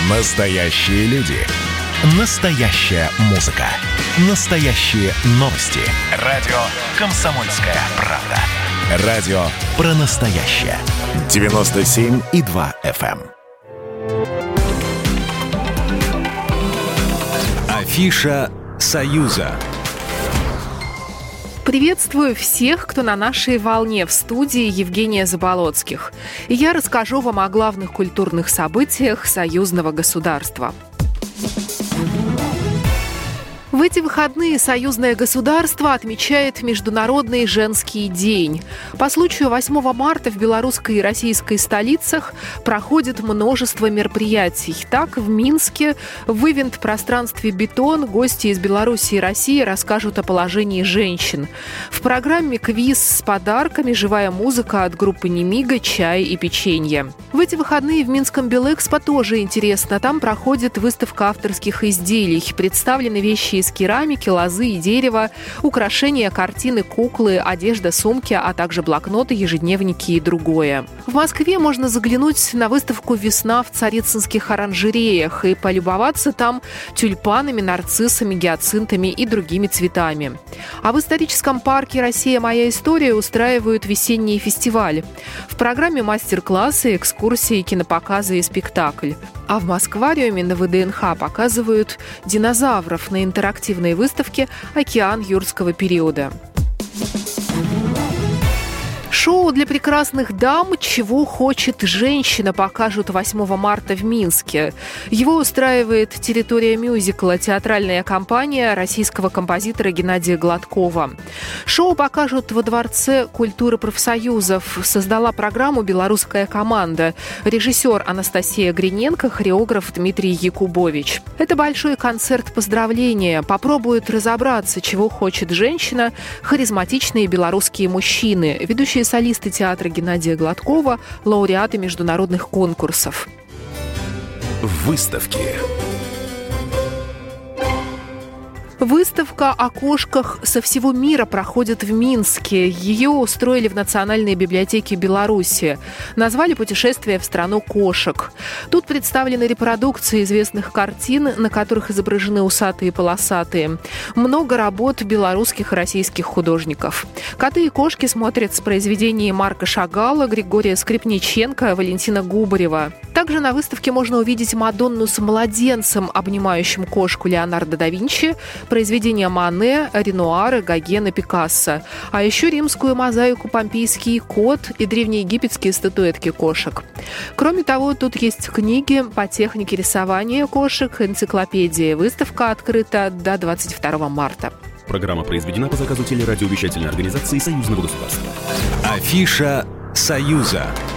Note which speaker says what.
Speaker 1: Настоящие люди. Настоящая музыка. Настоящие новости. Радио «Комсомольская правда». Радио про настоящее. 97,2 FM. Афиша «Союза».
Speaker 2: Приветствую всех, кто на нашей волне. В студии Евгения Заболоцких. И я расскажу вам о главных культурных событиях союзного государства. В эти выходные союзное государство отмечает Международный женский день. По случаю 8 марта в белорусской и российской столицах проходит множество мероприятий. Так, в Минске в ивент-пространстве «Бетон» гости из Беларуси и России расскажут о положении женщин. В программе квиз с подарками, живая музыка от группы «Немига», чай и печенье. В эти выходные в Минском Белэкспо тоже интересно. Там проходит выставка авторских изделий. Представлены вещи из керамики, лозы и дерева, украшения, картины, куклы, одежда, сумки, а также блокноты, ежедневники и другое. В Москве можно заглянуть на выставку «Весна» в Царицынских оранжереях и полюбоваться там тюльпанами, нарциссами, гиацинтами и другими цветами. А в историческом парке «Россия. Моя история» устраивают весенний фестиваль. В программе мастер-классы, экскурсии, кинопоказы и спектакль. А в Москвариуме на ВДНХ показывают динозавров на интерактивной выставке «Океан юрского периода». Шоу для прекрасных дам «Чего хочет женщина» покажут 8 марта в Минске. Его устраивает «Территория мюзикла», театральная компания российского композитора Геннадия Гладкова. Шоу покажут во Дворце культуры профсоюзов. Создала программу белорусская команда. Режиссер Анастасия Гриненко, хореограф Дмитрий Якубович. Это большой концерт поздравления. Попробуют разобраться, чего хочет женщина, харизматичные белорусские мужчины, ведущие солисты театра Геннадия Гладкова, лауреаты международных конкурсов.
Speaker 1: Выставки.
Speaker 2: Выставка о кошках со всего мира проходит в Минске. Ее устроили в Национальной библиотеке Беларуси. Назвали «Путешествие в страну кошек». Тут представлены репродукции известных картин, на которых изображены усатые и полосатые. Много работ белорусских и российских художников. «Коты и кошки» смотрят с произведений Марка Шагала, Григория Скрипниченко, Валентина Губарева. Также на выставке можно увидеть Мадонну с младенцем, обнимающим кошку, Леонардо да Винчи, произведения Мане, Ренуара, Гогена, Пикассо. А еще римскую мозаику «Помпейский кот» и древнеегипетские статуэтки кошек. Кроме того, тут есть книги по технике рисования кошек, энциклопедия. Выставка открыта до 22 марта.
Speaker 3: Программа произведена по заказу телерадиовещательной организации Союзного государства.
Speaker 1: Афиша «Союза».